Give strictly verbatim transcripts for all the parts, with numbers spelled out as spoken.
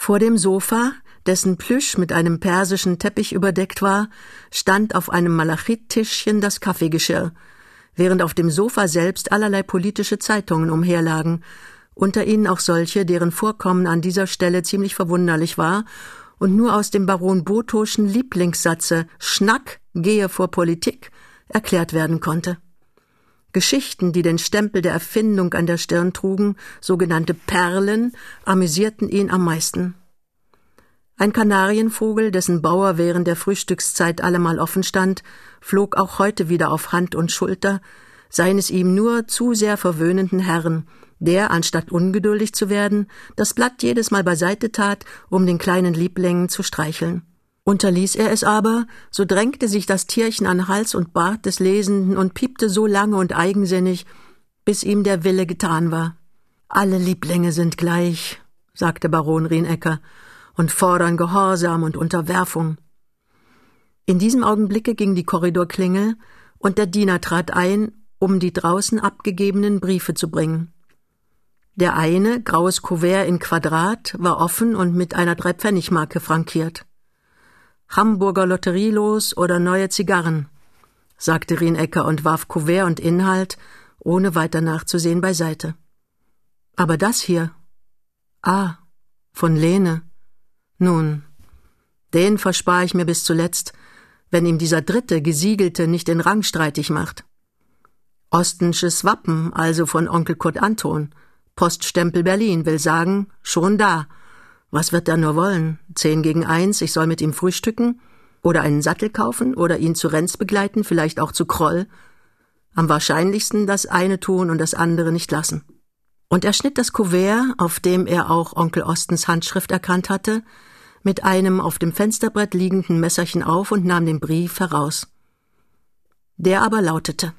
Vor dem Sofa, dessen Plüsch mit einem persischen Teppich überdeckt war, stand auf einem Malachittischchen das Kaffeegeschirr, während auf dem Sofa selbst allerlei politische Zeitungen umherlagen, unter ihnen auch solche, deren Vorkommen an dieser Stelle ziemlich verwunderlich war und nur aus dem Baron Bothoschen Lieblingssatze »Schnack gehe vor Politik« erklärt werden konnte. Geschichten, die den Stempel der Erfindung an der Stirn trugen, sogenannte Perlen, amüsierten ihn am meisten. Ein Kanarienvogel, dessen Bauer während der Frühstückszeit allemal offen stand, flog auch heute wieder auf Hand und Schulter, seines ihm nur zu sehr verwöhnenden Herrn, der, anstatt ungeduldig zu werden, das Blatt jedes Mal beiseite tat, um den kleinen Liebling zu streicheln. Unterließ er es aber, so drängte sich das Tierchen an Hals und Bart des Lesenden und piepte so lange und eigensinnig, bis ihm der Wille getan war. »Alle Lieblinge sind gleich«, sagte Baron Rienäcker, »und fordern Gehorsam und Unterwerfung.« In diesem Augenblicke ging die Korridorklingel, und der Diener trat ein, um die draußen abgegebenen Briefe zu bringen. Der eine, graues Kuvert in Quadrat, war offen und mit einer Dreipfennigmarke frankiert. »Hamburger Lotterielos oder neue Zigarren«, sagte Rienäcker und warf Kuvert und Inhalt, ohne weiter nachzusehen, beiseite. »Aber das hier? Ah, von Lene. Nun, den verspare ich mir bis zuletzt, wenn ihm dieser dritte, gesiegelte, nicht den Rang streitig macht. Ostensches Wappen, also von Onkel Kurt Anton. Poststempel Berlin, will sagen, schon da. Was wird er nur wollen? Zehn gegen eins, ich soll mit ihm frühstücken? Oder einen Sattel kaufen? Oder ihn zu Renz begleiten, vielleicht auch zu Kroll? Am wahrscheinlichsten das eine tun und das andere nicht lassen.« Und er schnitt das Kuvert, auf dem er auch Onkel Ostens Handschrift erkannt hatte, mit einem auf dem Fensterbrett liegenden Messerchen auf und nahm den Brief heraus. Der aber lautete: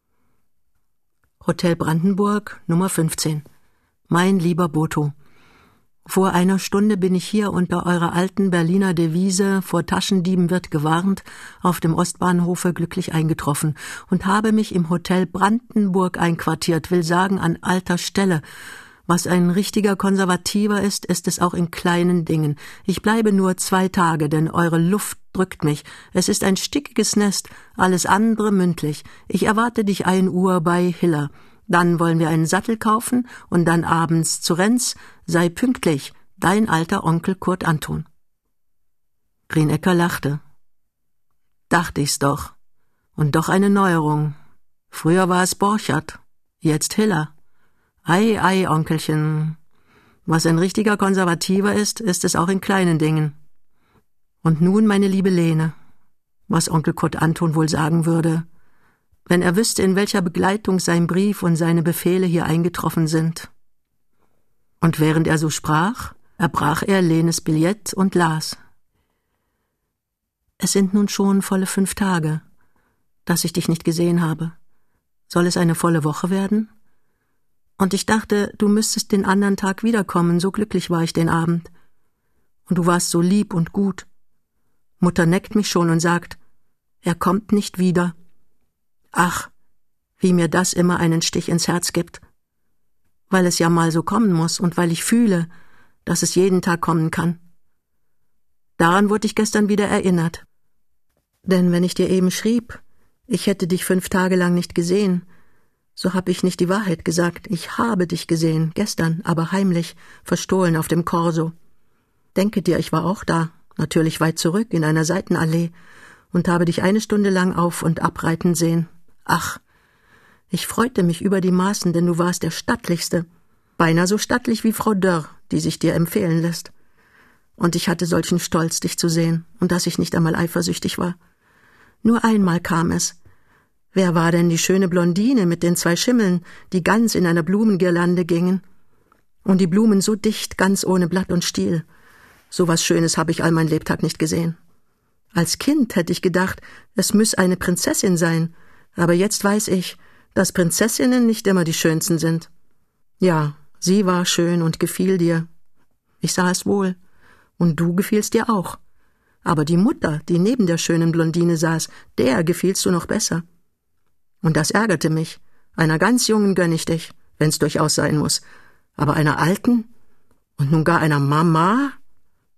Hotel Brandenburg, Nummer fünfzehn. Mein lieber Botho, vor einer Stunde bin ich hier unter eurer alten Berliner Devise »Vor Taschendieben wird gewarnt« auf dem Ostbahnhofe glücklich eingetroffen und habe mich im Hotel Brandenburg einquartiert, will sagen an alter Stelle. Was ein richtiger Konservativer ist, ist es auch in kleinen Dingen. Ich bleibe nur zwei Tage, denn eure Luft drückt mich. Es ist ein stickiges Nest, alles andere mündlich. Ich erwarte dich ein Uhr bei Hiller. Dann wollen wir einen Sattel kaufen und dann abends zu Renz. Sei pünktlich, dein alter Onkel Kurt Anton. Rienäcker lachte. Dachte ich's doch. Und doch eine Neuerung. Früher war es Borchardt, jetzt Hiller. Ei, ei, Onkelchen. Was ein richtiger Konservativer ist, ist es auch in kleinen Dingen. Und nun, meine liebe Lene, was Onkel Kurt Anton wohl sagen würde, wenn er wüsste, in welcher Begleitung sein Brief und seine Befehle hier eingetroffen sind. Und während er so sprach, erbrach er Lenes Billett und las. Es sind nun schon volle fünf Tage, dass ich dich nicht gesehen habe. Soll es eine volle Woche werden? Und ich dachte, du müsstest den anderen Tag wiederkommen, so glücklich war ich den Abend. Und du warst so lieb und gut. Mutter neckt mich schon und sagt, er kommt nicht wieder. Ach, wie mir das immer einen Stich ins Herz gibt. Weil es ja mal so kommen muss und weil ich fühle, dass es jeden Tag kommen kann. Daran wurde ich gestern wieder erinnert. Denn wenn ich dir eben schrieb, ich hätte dich fünf Tage lang nicht gesehen, so habe ich nicht die Wahrheit gesagt. Ich habe dich gesehen, gestern, aber heimlich, verstohlen auf dem Korso. Denke dir, ich war auch da, natürlich weit zurück in einer Seitenallee, und habe dich eine Stunde lang auf- und abreiten sehen. Ach, ich freute mich über die Maßen, denn du warst der Stattlichste, beinahe so stattlich wie Frau Dörr, die sich dir empfehlen lässt. Und ich hatte solchen Stolz, dich zu sehen, und dass ich nicht einmal eifersüchtig war. Nur einmal kam es. Wer war denn die schöne Blondine mit den zwei Schimmeln, die ganz in einer Blumengirlande gingen? Und die Blumen so dicht, ganz ohne Blatt und Stiel. So was Schönes habe ich all mein Lebtag nicht gesehen. Als Kind hätte ich gedacht, es müsse eine Prinzessin sein, aber jetzt weiß ich, dass Prinzessinnen nicht immer die schönsten sind. Ja, sie war schön und gefiel dir. Ich sah es wohl. Und du gefielst dir auch. Aber die Mutter, die neben der schönen Blondine saß, der gefielst du noch besser. Und das ärgerte mich. Einer ganz Jungen gönn ich dich, wenn's durchaus sein muss. Aber einer Alten? Und nun gar einer Mama?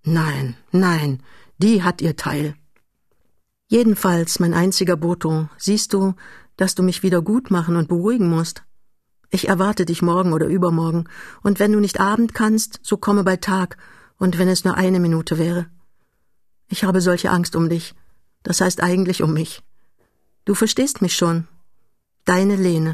Nein, nein, die hat ihr Teil. Jedenfalls, mein einziger Boto, siehst du, dass du mich wieder gut machen und beruhigen musst. Ich erwarte dich morgen oder übermorgen, und wenn du nicht Abend kannst, so komme bei Tag, und wenn es nur eine Minute wäre. Ich habe solche Angst um dich, das heißt eigentlich um mich. Du verstehst mich schon. Deine Lene.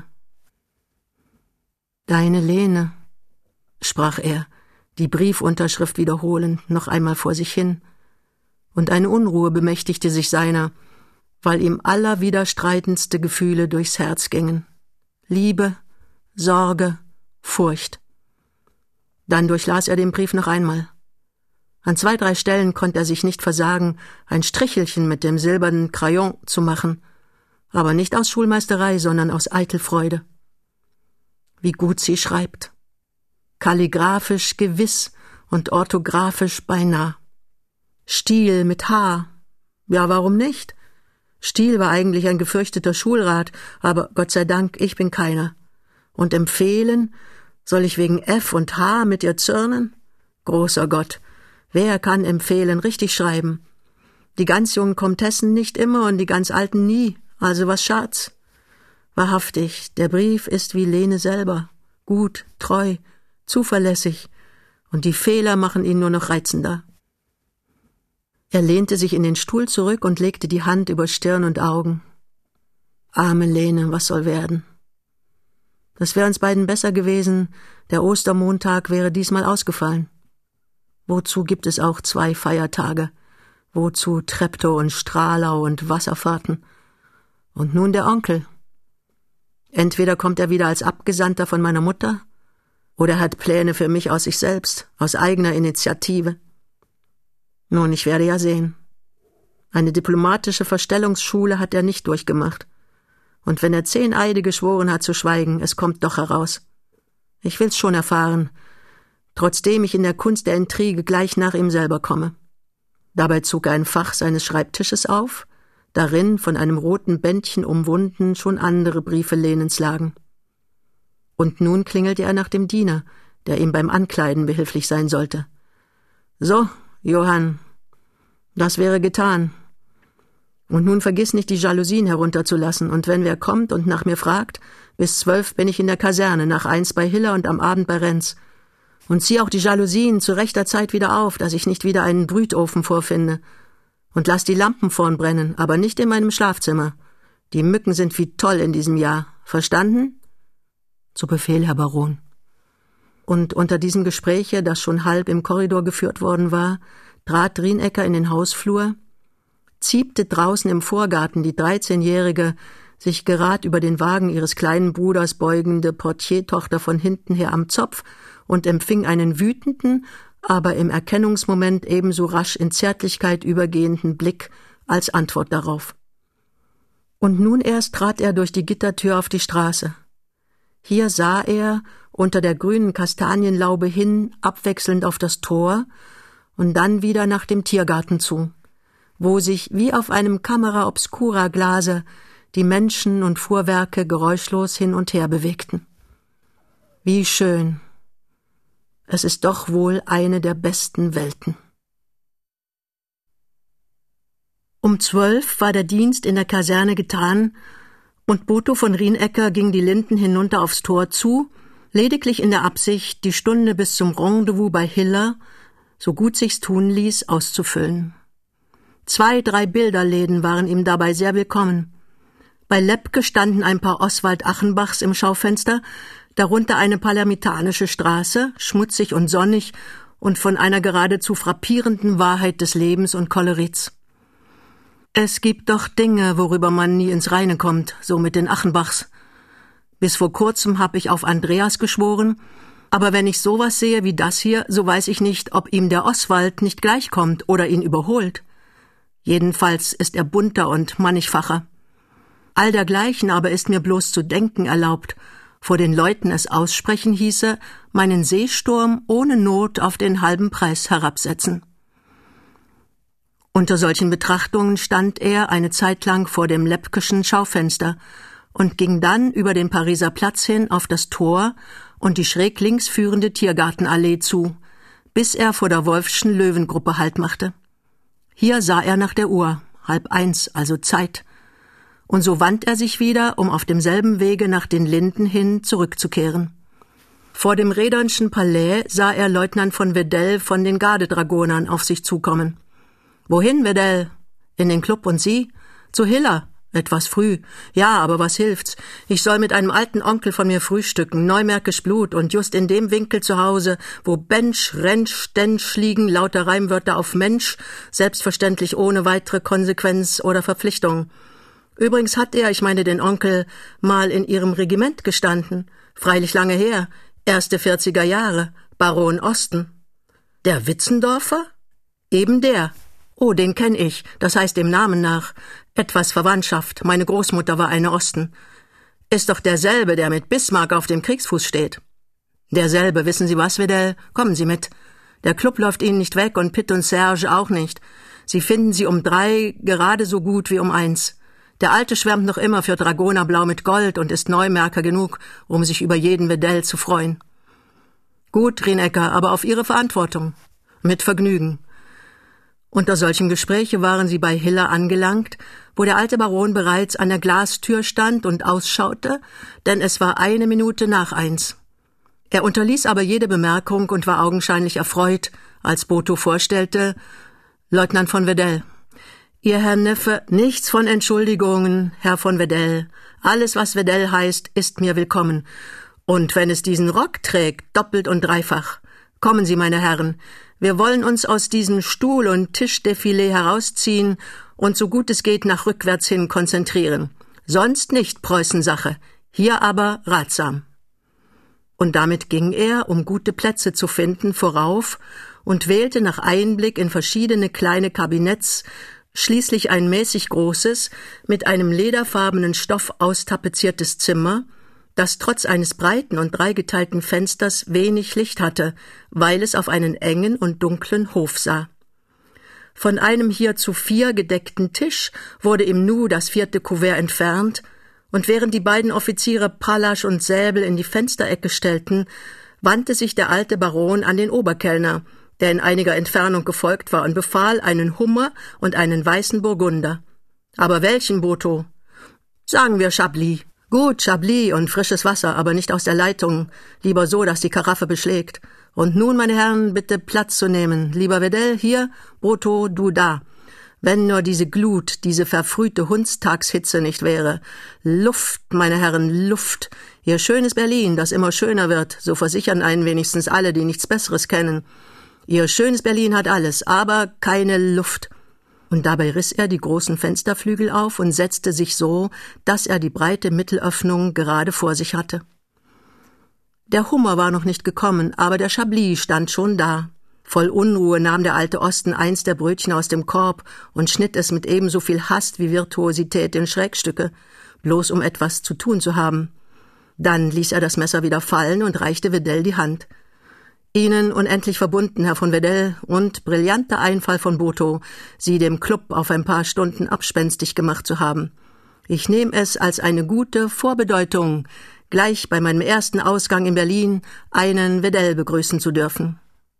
Deine Lene, sprach er, die Briefunterschrift wiederholend, noch einmal vor sich hin, und eine Unruhe bemächtigte sich seiner, weil ihm allerwiderstreitendste Gefühle durchs Herz gingen. Liebe, Sorge, Furcht. Dann durchlas er den Brief noch einmal. An zwei, drei Stellen konnte er sich nicht versagen, ein Strichelchen mit dem silbernen Crayon zu machen, aber nicht aus Schulmeisterei, sondern aus Eitelfreude. Wie gut sie schreibt. Kalligraphisch gewiss und orthographisch beinah. Stil mit H. Ja, warum nicht? Stil war eigentlich ein gefürchteter Schulrat, aber Gott sei Dank, ich bin keiner. Und empfehlen? Soll ich wegen F und H mit ihr zürnen? Großer Gott, wer kann empfehlen richtig schreiben? Die ganz jungen Komtessen nicht immer und die ganz alten nie, also was schad's? Wahrhaftig, der Brief ist wie Lene selber, gut, treu, zuverlässig, und die Fehler machen ihn nur noch reizender. Er lehnte sich in den Stuhl zurück und legte die Hand über Stirn und Augen. Arme Lene, was soll werden? Das wäre uns beiden besser gewesen, der Ostermontag wäre diesmal ausgefallen. Wozu gibt es auch zwei Feiertage? Wozu Treptow und Stralau und Wasserfahrten? Und nun der Onkel. Entweder kommt er wieder als Abgesandter von meiner Mutter, oder er hat Pläne für mich aus sich selbst, aus eigener Initiative. Nun, ich werde ja sehen. Eine diplomatische Verstellungsschule hat er nicht durchgemacht. Und wenn er zehn Eide geschworen hat zu schweigen, es kommt doch heraus. Ich will's schon erfahren, trotzdem ich in der Kunst der Intrige gleich nach ihm selber komme. Dabei zog er ein Fach seines Schreibtisches auf, darin, von einem roten Bändchen umwunden, schon andere Briefe Lenens lagen. Und nun klingelte er nach dem Diener, der ihm beim Ankleiden behilflich sein sollte. »So, Johann, das wäre getan. Und nun vergiss nicht, die Jalousien herunterzulassen, und wenn wer kommt und nach mir fragt, bis zwölf bin ich in der Kaserne, nach eins bei Hiller und am Abend bei Renz. Und zieh auch die Jalousien zu rechter Zeit wieder auf, dass ich nicht wieder einen Brütofen vorfinde. Und lass die Lampen vorn brennen, aber nicht in meinem Schlafzimmer. Die Mücken sind wie toll in diesem Jahr. Verstanden?« »Zu Befehl, Herr Baron.« Und unter diesem Gespräche, das schon halb im Korridor geführt worden war, trat Rienecker in den Hausflur, ziepte draußen im Vorgarten die dreizehnjährige, sich gerad über den Wagen ihres kleinen Bruders beugende Portiertochter von hinten her am Zopf und empfing einen wütenden, aber im Erkennungsmoment ebenso rasch in Zärtlichkeit übergehenden Blick als Antwort darauf. Und nun erst trat er durch die Gittertür auf die Straße. Hier sah er unter der grünen Kastanienlaube hin, abwechselnd auf das Tor und dann wieder nach dem Tiergarten zu, wo sich wie auf einem Camera obscura Glase die Menschen und Fuhrwerke geräuschlos hin und her bewegten. Wie schön! Es ist doch wohl eine der besten Welten. Um zwölf war der Dienst in der Kaserne getan, und Boto von Rienecker ging die Linden hinunter aufs Tor zu, lediglich in der Absicht, die Stunde bis zum Rendezvous bei Hiller, so gut sich's tun ließ, auszufüllen. Zwei, drei Bilderläden waren ihm dabei sehr willkommen. Bei Lepke standen ein paar Oswald Achenbachs im Schaufenster, darunter eine palermitanische Straße, schmutzig und sonnig und von einer geradezu frappierenden Wahrheit des Lebens und Kolorits. Es gibt doch Dinge, worüber man nie ins Reine kommt, so mit den Achenbachs. Bis vor kurzem hab ich auf Andreas geschworen, aber wenn ich sowas sehe wie das hier, so weiß ich nicht, ob ihm der Oswald nicht gleichkommt oder ihn überholt. Jedenfalls ist er bunter und mannigfacher. All dergleichen aber ist mir bloß zu denken erlaubt, vor den Leuten es aussprechen hieße, meinen Seesturm ohne Not auf den halben Preis herabsetzen. Unter solchen Betrachtungen stand er eine Zeit lang vor dem Lepkeschen Schaufenster und ging dann über den Pariser Platz hin auf das Tor und die schräg links führende Tiergartenallee zu, bis er vor der Wolffschen Löwengruppe Halt machte. Hier sah er nach der Uhr, halb eins, also Zeit. Und so wandt er sich wieder, um auf demselben Wege nach den Linden hin zurückzukehren. Vor dem Redernschen Palais sah er Leutnant von Wedell von den Gardedragonern auf sich zukommen. »Wohin, Wedell?« »In den Club und Sie?« »Zu Hiller.« »Etwas früh.« »Ja, aber was hilft's? Ich soll mit einem alten Onkel von mir frühstücken, neumärkisch Blut und just in dem Winkel zu Hause, wo Bench, Rentsch, Stensch liegen, lauter Reimwörter auf Mensch, selbstverständlich ohne weitere Konsequenz oder Verpflichtung. Übrigens hat er, ich meine den Onkel, mal in Ihrem Regiment gestanden. Freilich lange her, erste vierziger Jahre, Baron Osten.« »Der Witzendorfer?« »Eben der. Oh, den kenn ich, das heißt dem Namen nach. Etwas Verwandtschaft, meine Großmutter war eine Osten. Ist doch derselbe, der mit Bismarck auf dem Kriegsfuß steht.« »Derselbe, wissen Sie was, Wedell? Kommen Sie mit. Der Club läuft Ihnen nicht weg und Pitt und Serge auch nicht. Sie finden sie um drei gerade so gut wie um eins. Der Alte schwärmt noch immer für Dragonerblau mit Gold und ist Neumärker genug, um sich über jeden Wedell zu freuen.« »Gut, Rienecker, aber auf Ihre Verantwortung.« »Mit Vergnügen.« Unter solchem Gespräche waren sie bei Hiller angelangt, wo der alte Baron bereits an der Glastür stand und ausschaute, denn es war eine Minute nach eins. Er unterließ aber jede Bemerkung und war augenscheinlich erfreut, als Botho vorstellte, »Leutnant von Wedell, Ihr Herr Neffe, nichts von Entschuldigungen, Herr von Wedell. Alles, was Wedell heißt, ist mir willkommen. Und wenn es diesen Rock trägt, doppelt und dreifach. Kommen Sie, meine Herren, wir wollen uns aus diesem Stuhl- und Tischdefilé herausziehen und so gut es geht nach rückwärts hin konzentrieren. Sonst nicht Preußensache, hier aber ratsam.« Und damit ging er, um gute Plätze zu finden, vorauf und wählte nach Einblick in verschiedene kleine Kabinetts schließlich ein mäßig großes, mit einem lederfarbenen Stoff austapeziertes Zimmer, das trotz eines breiten und dreigeteilten Fensters wenig Licht hatte, weil es auf einen engen und dunklen Hof sah. Von einem hier zu vier gedeckten Tisch wurde im Nu das vierte Kuvert entfernt, und während die beiden Offiziere Pallasch und Säbel in die Fensterecke stellten, wandte sich der alte Baron an den Oberkellner, der in einiger Entfernung gefolgt war, und befahl einen Hummer und einen weißen Burgunder. »Aber welchen, Botho?« »Sagen wir Chablis.« »Gut, Chablis und frisches Wasser, aber nicht aus der Leitung. Lieber so, dass die Karaffe beschlägt. Und nun, meine Herren, bitte Platz zu nehmen. Lieber Wedell, hier, Botho, du da. Wenn nur diese Glut, diese verfrühte Hundstagshitze nicht wäre. Luft, meine Herren, Luft. Ihr schönes Berlin, das immer schöner wird, so versichern einen wenigstens alle, die nichts Besseres kennen. Ihr schönes Berlin hat alles, aber keine Luft.« Und dabei riss er die großen Fensterflügel auf und setzte sich so, dass er die breite Mittelöffnung gerade vor sich hatte. Der Hummer war noch nicht gekommen, aber der Chablis stand schon da. Voll Unruhe nahm der alte Osten eins der Brötchen aus dem Korb und schnitt es mit ebenso viel Hast wie Virtuosität in Schrägstücke, bloß um etwas zu tun zu haben. Dann ließ er das Messer wieder fallen und reichte Wedell die Hand. »Ihnen unendlich verbunden, Herr von Wedell, und brillanter Einfall von Botho, Sie dem Club auf ein paar Stunden abspenstig gemacht zu haben. Ich nehme es als eine gute Vorbedeutung, gleich bei meinem ersten Ausgang in Berlin einen Wedell begrüßen zu dürfen.«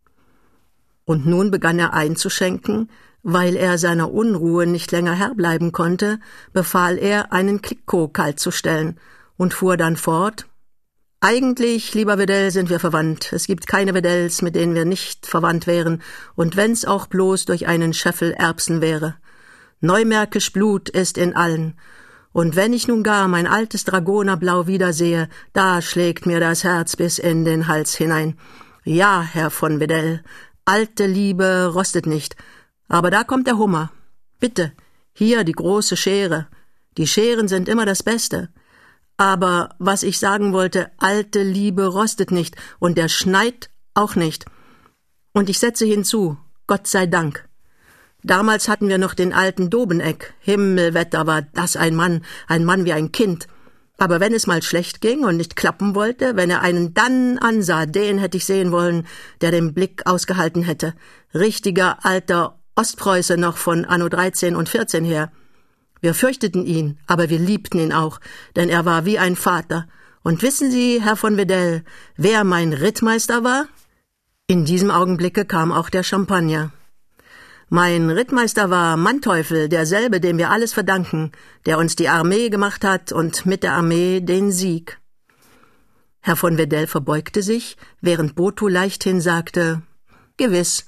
Und nun begann er einzuschenken. Weil er seiner Unruhe nicht länger Herr bleiben konnte, befahl er, einen Cliquot kalt zu stellen und fuhr dann fort: »Eigentlich, lieber Wedell, sind wir verwandt. Es gibt keine Wedells, mit denen wir nicht verwandt wären, und wenn's auch bloß durch einen Scheffel Erbsen wäre. Neumärkisch Blut ist in allen. Und wenn ich nun gar mein altes Dragonerblau wiedersehe, da schlägt mir das Herz bis in den Hals hinein. Ja, Herr von Wedell, alte Liebe rostet nicht. Aber da kommt der Hummer. Bitte, hier die große Schere. Die Scheren sind immer das Beste. Aber was ich sagen wollte, alte Liebe rostet nicht, und der Schneid auch nicht. Und ich setze hinzu, Gott sei Dank. Damals hatten wir noch den alten Dobeneck. Himmelwetter, war das ein Mann, ein Mann wie ein Kind. Aber wenn es mal schlecht ging und nicht klappen wollte, wenn er einen dann ansah, den hätte ich sehen wollen, der den Blick ausgehalten hätte. Richtiger alter Ostpreuße noch von Anno dreizehn und vierzehn her. Wir fürchteten ihn, aber wir liebten ihn auch, denn er war wie ein Vater. Und wissen Sie, Herr von Wedell, wer mein Rittmeister war? In diesem Augenblicke kam auch der Champagner. Mein Rittmeister war Manteuffel, derselbe, dem wir alles verdanken, der uns die Armee gemacht hat und mit der Armee den Sieg. Herr von Wedell verbeugte sich, während Botho leichthin sagte, »Gewiss,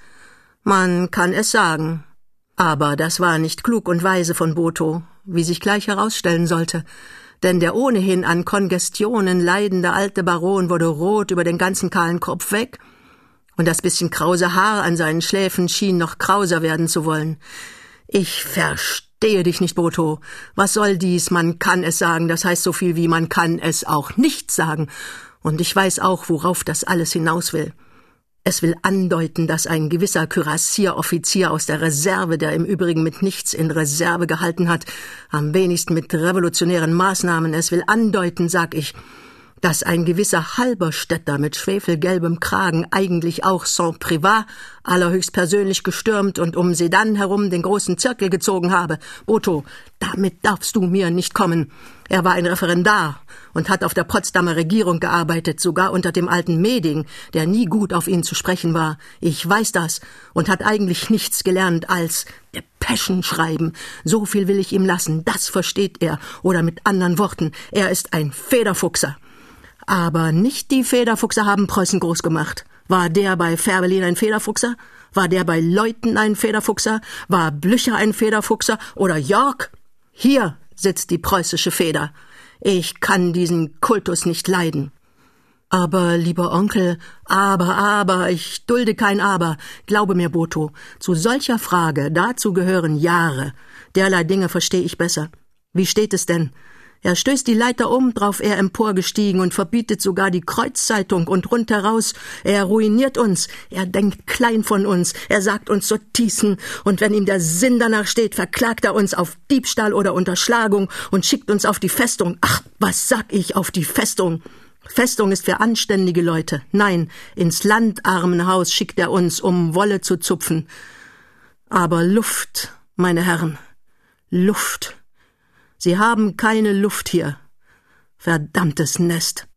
man kann es sagen.« Aber das war nicht klug und weise von Botho, wie sich gleich herausstellen sollte, denn der ohnehin an Kongestionen leidende alte Baron wurde rot über den ganzen kahlen Kopf weg, und das bisschen krause Haar an seinen Schläfen schien noch krauser werden zu wollen. »Ich verstehe dich nicht, Botho. Was soll dies? Man kann es sagen, das heißt so viel wie man kann es auch nicht sagen. Und ich weiß auch, worauf das alles hinaus will. Es will andeuten, dass ein gewisser Kürassieroffizier aus der Reserve, der im Übrigen mit nichts in Reserve gehalten hat, am wenigsten mit revolutionären Maßnahmen, es will andeuten, sag ich, dass ein gewisser Halberstädter mit schwefelgelbem Kragen eigentlich auch sans privat allerhöchst persönlich gestürmt und um Sedan herum den großen Zirkel gezogen habe. Botho, damit darfst du mir nicht kommen. Er war ein Referendar und hat auf der Potsdamer Regierung gearbeitet, sogar unter dem alten Meding, der nie gut auf ihn zu sprechen war. Ich weiß das und hat eigentlich nichts gelernt als Depeschen schreiben. So viel will ich ihm lassen, das versteht er. Oder mit anderen Worten, er ist ein Federfuchser. Aber nicht die Federfuchser haben Preußen groß gemacht. War der bei Fährberlin ein Federfuchser? War der bei Leuthen ein Federfuchser? War Blücher ein Federfuchser? Oder York? Hier sitzt die preußische Feder. Ich kann diesen Kultus nicht leiden. Aber, lieber Onkel, aber, aber, ich dulde kein Aber. Glaube mir, Botho, zu solcher Frage, dazu gehören Jahre. Derlei Dinge verstehe ich besser. Wie steht es denn? Er stößt die Leiter um, drauf er emporgestiegen und verbietet sogar die Kreuzzeitung und rundheraus. Er ruiniert uns, er denkt klein von uns, er sagt uns Sottisen und wenn ihm der Sinn danach steht, verklagt er uns auf Diebstahl oder Unterschlagung und schickt uns auf die Festung. Ach, was sag ich, auf die Festung? Festung ist für anständige Leute. Nein, ins Landarmenhaus schickt er uns, um Wolle zu zupfen. Aber Luft, meine Herren, Luft. Sie haben keine Luft hier. Verdammtes Nest.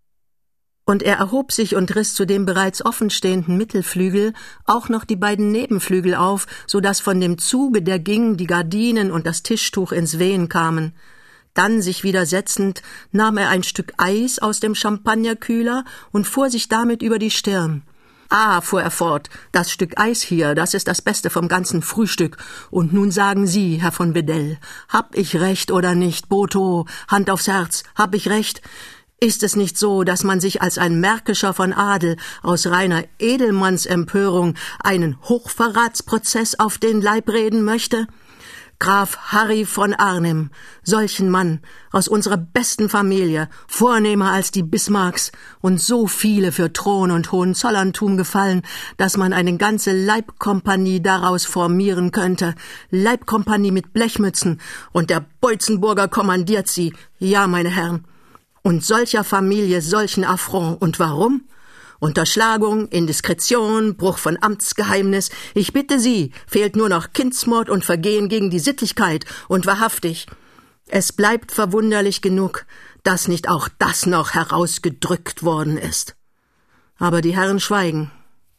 Und er erhob sich und riss zu dem bereits offenstehenden Mittelflügel auch noch die beiden Nebenflügel auf, so daß von dem Zuge, der ging, die Gardinen und das Tischtuch ins Wehen kamen. Dann, sich wieder setzend, nahm er ein Stück Eis aus dem Champagnerkühler und fuhr sich damit über die Stirn. »Ah«, fuhr er fort, »das Stück Eis hier, das ist das Beste vom ganzen Frühstück. Und nun sagen Sie, Herr von Wedell, hab ich recht oder nicht, Botho, Hand aufs Herz, hab ich recht? Ist es nicht so, dass man sich als ein Märkischer von Adel aus reiner Edelmannsempörung einen Hochverratsprozess auf den Leib reden möchte? Graf Harry von Arnim, solchen Mann, aus unserer besten Familie, vornehmer als die Bismarcks und so viele für Thron und Hohenzollerntum gefallen, dass man eine ganze Leibkompanie daraus formieren könnte, Leibkompanie mit Blechmützen, und der Boitzenburger kommandiert sie, ja, meine Herren. Und solcher Familie solchen Affront, und warum? Unterschlagung, Indiskretion, Bruch von Amtsgeheimnis. Ich bitte Sie, fehlt nur noch Kindsmord und Vergehen gegen die Sittlichkeit. Und wahrhaftig, es bleibt verwunderlich genug, dass nicht auch das noch herausgedrückt worden ist. Aber die Herren schweigen.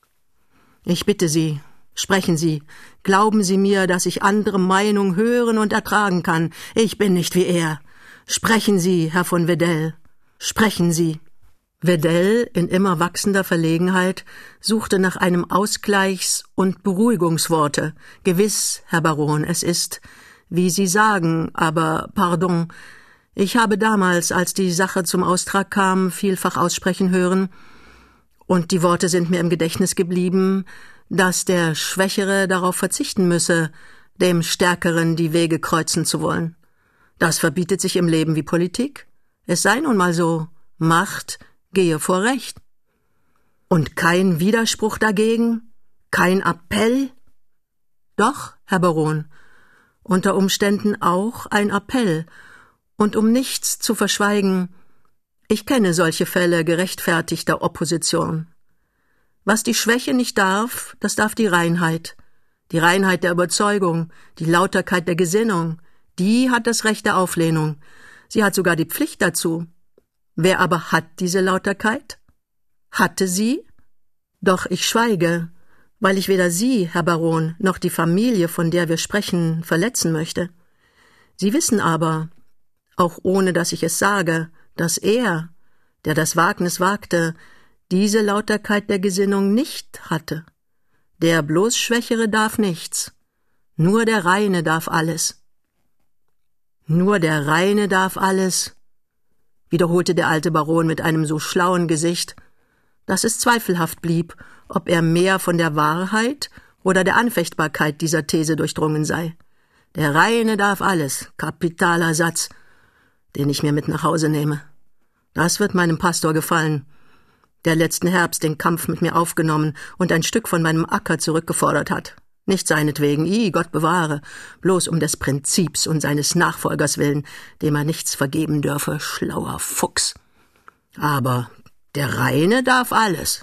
Ich bitte Sie, sprechen Sie, glauben Sie mir, dass ich andere Meinung hören und ertragen kann. Ich bin nicht wie er. Sprechen Sie, Herr von Wedell, sprechen Sie. Wedell, in immer wachsender Verlegenheit, suchte nach einem Ausgleichs- und Beruhigungsworte. Gewiss, Herr Baron, es ist, wie Sie sagen, aber, pardon, ich habe damals, als die Sache zum Austrag kam, vielfach aussprechen hören, und die Worte sind mir im Gedächtnis geblieben, dass der Schwächere darauf verzichten müsse, dem Stärkeren die Wege kreuzen zu wollen. Das verbietet sich im Leben wie Politik. Es sei nun mal so, Macht gehe vor Recht. Und kein Widerspruch dagegen? Kein Appell? Doch, Herr Baron, unter Umständen auch ein Appell. Und um nichts zu verschweigen, ich kenne solche Fälle gerechtfertigter Opposition. Was die Schwäche nicht darf, das darf die Reinheit. Die Reinheit der Überzeugung, die Lauterkeit der Gesinnung, die hat das Recht der Auflehnung. Sie hat sogar die Pflicht dazu. Wer aber hat diese Lauterkeit? Hatte sie? Doch ich schweige, weil ich weder Sie, Herr Baron, noch die Familie, von der wir sprechen, verletzen möchte. Sie wissen aber, auch ohne dass ich es sage, dass er, der das Wagnis wagte, diese Lauterkeit der Gesinnung nicht hatte. Der bloß Schwächere darf nichts, nur der Reine darf alles. Nur der Reine darf alles, wiederholte der alte Baron mit einem so schlauen Gesicht, dass es zweifelhaft blieb, ob er mehr von der Wahrheit oder der Anfechtbarkeit dieser These durchdrungen sei. Der Reine darf alles, kapitaler Satz, den ich mir mit nach Hause nehme. Das wird meinem Pastor gefallen, der letzten Herbst den Kampf mit mir aufgenommen und ein Stück von meinem Acker zurückgefordert hat. Nicht seinetwegen, i, Gott bewahre, bloß um des Prinzips und seines Nachfolgers willen, dem er nichts vergeben dürfe, schlauer Fuchs. Aber der Reine darf alles.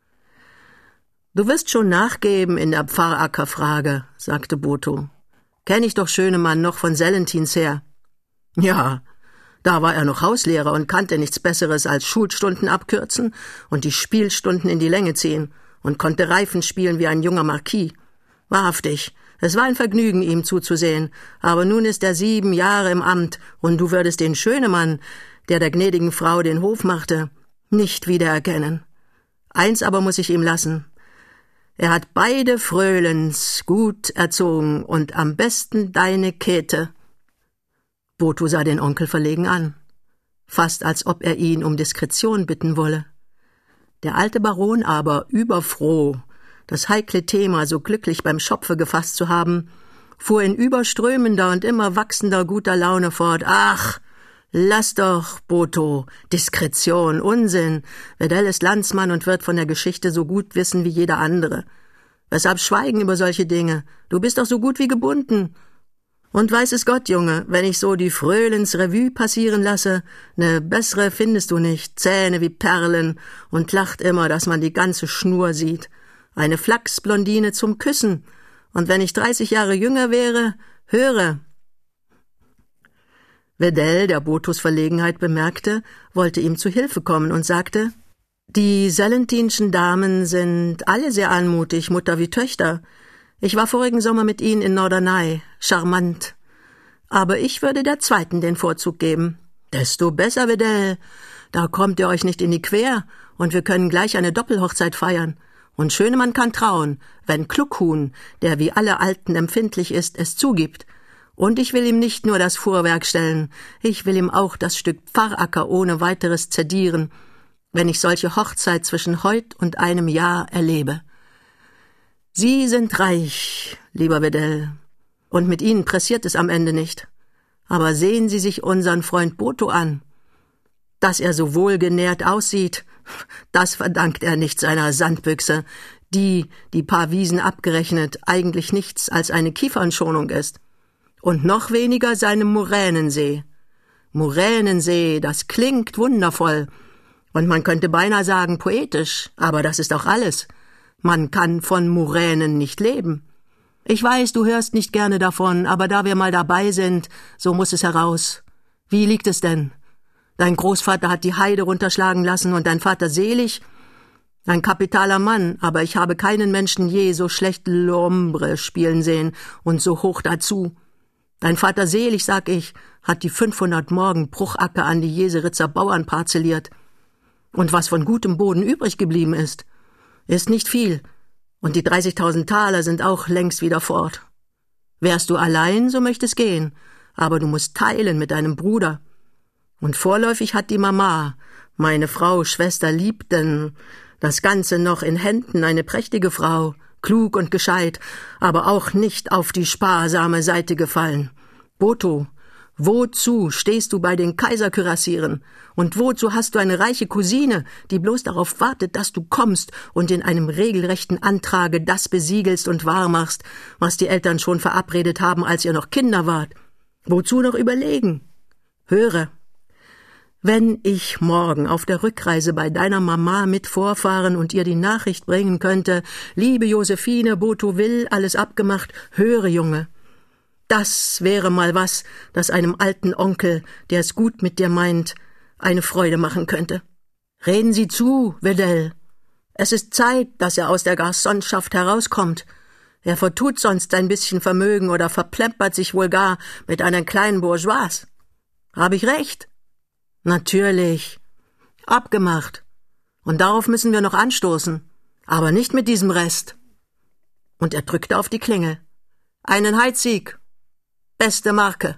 »Du wirst schon nachgeben in der Pfarrackerfrage«, sagte Botho. »Kenn ich doch Schönemann noch von Sellentins her.« »Ja, da war er noch Hauslehrer und kannte nichts Besseres als Schulstunden abkürzen und die Spielstunden in die Länge ziehen und konnte Reifen spielen wie ein junger Marquis. Wahrhaftig, es war ein Vergnügen, ihm zuzusehen, aber nun ist er sieben Jahre im Amt und du würdest den Schönemann, der der gnädigen Frau den Hof machte, nicht wiedererkennen. Eins aber muss ich ihm lassen. Er hat beide Fröhlens gut erzogen und am besten deine Käthe.« Botho sah den Onkel verlegen an, fast als ob er ihn um Diskretion bitten wolle. Der alte Baron aber, überfroh, das heikle Thema so glücklich beim Schopfe gefasst zu haben, fuhr in überströmender und immer wachsender guter Laune fort. »Ach, lass doch, Botho, Diskretion, Unsinn. Wedell ist Landsmann und wird von der Geschichte so gut wissen wie jeder andere. Weshalb schweigen über solche Dinge? Du bist doch so gut wie gebunden. Und weiß es Gott, Junge, wenn ich so die Fröhlens Revue passieren lasse, ne bessere findest du nicht, Zähne wie Perlen und lacht immer, dass man die ganze Schnur sieht. Eine Flachsblondine zum Küssen. Und wenn ich dreißig Jahre jünger wäre, höre.« Wedell, der Bothos Verlegenheit bemerkte, wollte ihm zu Hilfe kommen und sagte, »Die sellentinschen Damen sind alle sehr anmutig, Mutter wie Töchter. Ich war vorigen Sommer mit ihnen in Norderney, charmant. Aber ich würde der zweiten den Vorzug geben. Desto besser, Wedell. Da kommt ihr euch nicht in die Quer und wir können gleich eine Doppelhochzeit feiern. Und Schönemann kann trauen, wenn Kluckhuhn, der wie alle Alten empfindlich ist, es zugibt. Und ich will ihm nicht nur das Fuhrwerk stellen, ich will ihm auch das Stück Pfarracker ohne weiteres zedieren, wenn ich solche Hochzeit zwischen heut und einem Jahr erlebe. Sie sind reich, lieber Wedell, und mit Ihnen pressiert es am Ende nicht. Aber sehen Sie sich unseren Freund Botho an. Dass er so wohlgenährt aussieht, das verdankt er nicht seiner Sandbüchse, die, die paar Wiesen abgerechnet, eigentlich nichts als eine Kiefernschonung ist. Und noch weniger seinem Moränensee. Moränensee, das klingt wundervoll. Und man könnte beinahe sagen poetisch, aber das ist auch alles. Man kann von Muränen nicht leben. Ich weiß, du hörst nicht gerne davon, aber da wir mal dabei sind, so muss es heraus. Wie liegt es denn? Dein Großvater hat die Heide runterschlagen lassen und dein Vater selig? Ein kapitaler Mann, aber ich habe keinen Menschen je so schlecht L'Ombre spielen sehen und so hoch dazu. Dein Vater selig, sag ich, hat die fünfhundert Morgen Bruchacker an die Jeseritzer Bauern parzelliert. Und was von gutem Boden übrig geblieben ist, ist nicht viel, und die dreißigtausend Taler sind auch längst wieder fort. Wärst du allein, so möchte es gehen, aber du musst teilen mit deinem Bruder. Und vorläufig hat die Mama, meine Frau, Schwester Liebden, das Ganze noch in Händen, eine prächtige Frau, klug und gescheit, aber auch nicht auf die sparsame Seite gefallen. Botho, wozu stehst du bei den Kaiserkürassieren? Und wozu hast du eine reiche Cousine, die bloß darauf wartet, dass du kommst und in einem regelrechten Antrage das besiegelst und wahrmachst, was die Eltern schon verabredet haben, als ihr noch Kinder wart? Wozu noch überlegen? Höre, wenn ich morgen auf der Rückreise bei deiner Mama mit vorfahren und ihr die Nachricht bringen könnte, liebe Josephine, Botho will, alles abgemacht, höre, Junge. Das wäre mal was, das einem alten Onkel, der es gut mit dir meint, eine Freude machen könnte. Reden Sie zu, Wedell. Es ist Zeit, dass er aus der Garçonschaft herauskommt. Er vertut sonst ein bisschen Vermögen oder verplempert sich wohl gar mit einer kleinen Bourgeoise. Habe ich recht? Natürlich. Abgemacht. Und darauf müssen wir noch anstoßen. Aber nicht mit diesem Rest. Und er drückte auf die Klingel. Einen Heizsieg. Beste Marke.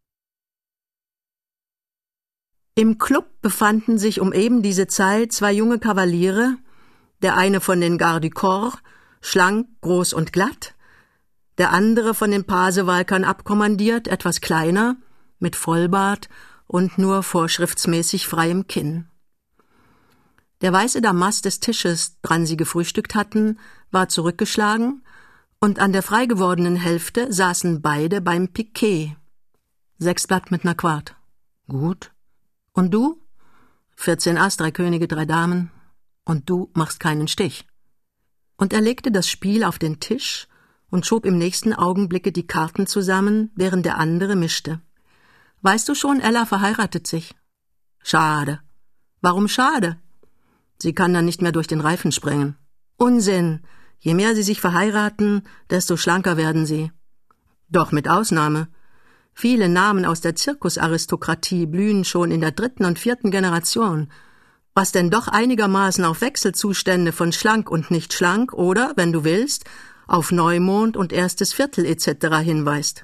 Im Club befanden sich um eben diese Zeit zwei junge Kavaliere, der eine von den Gardes du Corps, schlank, groß und glatt, der andere von den Pasewalkern abkommandiert, etwas kleiner, mit Vollbart und nur vorschriftsmäßig freiem Kinn. Der weiße Damast des Tisches, dran sie gefrühstückt hatten, war zurückgeschlagen, und an der frei gewordenen Hälfte saßen beide beim Piquet. Sechs Blatt mit ner Quart. Gut. Und du? Vierzehn Ass, drei Könige, drei Damen. Und du machst keinen Stich. Und er legte das Spiel auf den Tisch und schob im nächsten Augenblicke die Karten zusammen, während der andere mischte. Weißt du schon, Ella verheiratet sich? Schade. Warum schade? Sie kann dann nicht mehr durch den Reifen springen. Unsinn. Je mehr sie sich verheiraten, desto schlanker werden sie. Doch mit Ausnahme. Viele Namen aus der Zirkusaristokratie blühen schon in der dritten und vierten Generation, was denn doch einigermaßen auf Wechselzustände von schlank und nicht schlank oder, wenn du willst, auf Neumond und erstes Viertel et cetera hinweist.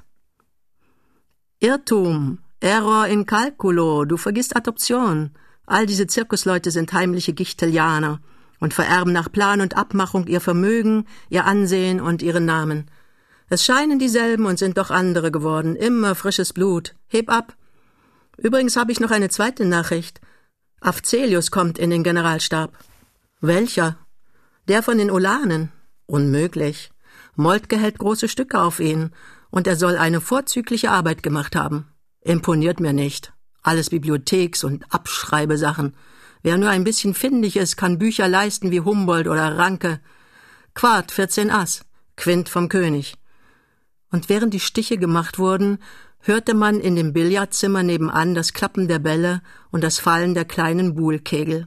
Irrtum, Error in calculo, du vergisst Adoption. All diese Zirkusleute sind heimliche Gichtelianer und vererben nach Plan und Abmachung ihr Vermögen, ihr Ansehen und ihren Namen. Es scheinen dieselben und sind doch andere geworden, immer frisches Blut. Heb ab. Übrigens habe ich noch eine zweite Nachricht. Afzelius kommt in den Generalstab. Welcher? Der von den Ulanen. Unmöglich. Moltke hält große Stücke auf ihn, und er soll eine vorzügliche Arbeit gemacht haben. Imponiert mir nicht. Alles Bibliotheks- und Abschreibesachen. Wer nur ein bisschen findig ist, kann Bücher leisten wie Humboldt oder Ranke. Quart, vierzehn Ass. Quint vom König. Und während die Stiche gemacht wurden, hörte man in dem Billardzimmer nebenan das Klappen der Bälle und das Fallen der kleinen Boulekegel.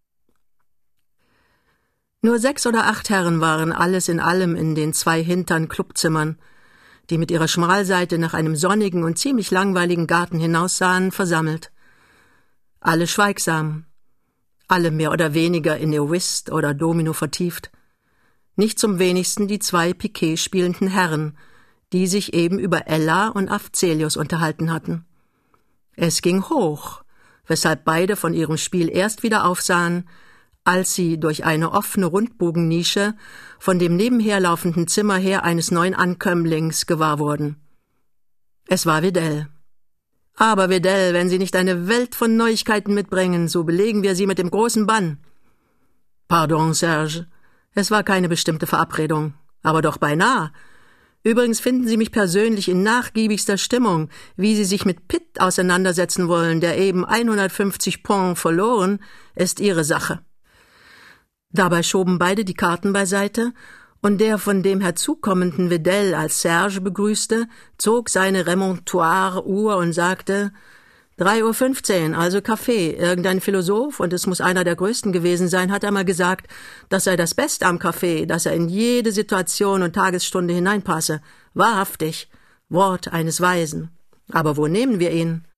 Nur sechs oder acht Herren waren alles in allem in den zwei hintern Clubzimmern, die mit ihrer Schmalseite nach einem sonnigen und ziemlich langweiligen Garten hinaussahen, versammelt. Alle schweigsam, alle mehr oder weniger in ihr Whist oder Domino vertieft. Nicht zum wenigsten die zwei Piquet spielenden Herren, die sich eben über Ella und Afzelius unterhalten hatten. Es ging hoch, weshalb beide von ihrem Spiel erst wieder aufsahen, als sie durch eine offene Rundbogennische von dem nebenher laufenden Zimmer her eines neuen Ankömmlings gewahr wurden. Es war Wedell. Aber Wedell, wenn Sie nicht eine Welt von Neuigkeiten mitbringen, so belegen wir Sie mit dem großen Bann. Pardon, Serge, es war keine bestimmte Verabredung, aber doch beinahe. Übrigens finden Sie mich persönlich in nachgiebigster Stimmung, wie Sie sich mit Pitt auseinandersetzen wollen, der eben hundertfünfzig Points verloren, ist Ihre Sache. Dabei schoben beide die Karten beiseite, und der von dem herzukommenden Wedell als Serge begrüßte, zog seine Remontoire-Uhr und sagte, drei Uhr fünfzehn, also Kaffee. Irgendein Philosoph, und es muss einer der größten gewesen sein, hat einmal gesagt, das sei das Beste am Kaffee, dass er in jede Situation und Tagesstunde hineinpasse. Wahrhaftig, Wort eines Weisen. Aber wo nehmen wir ihn?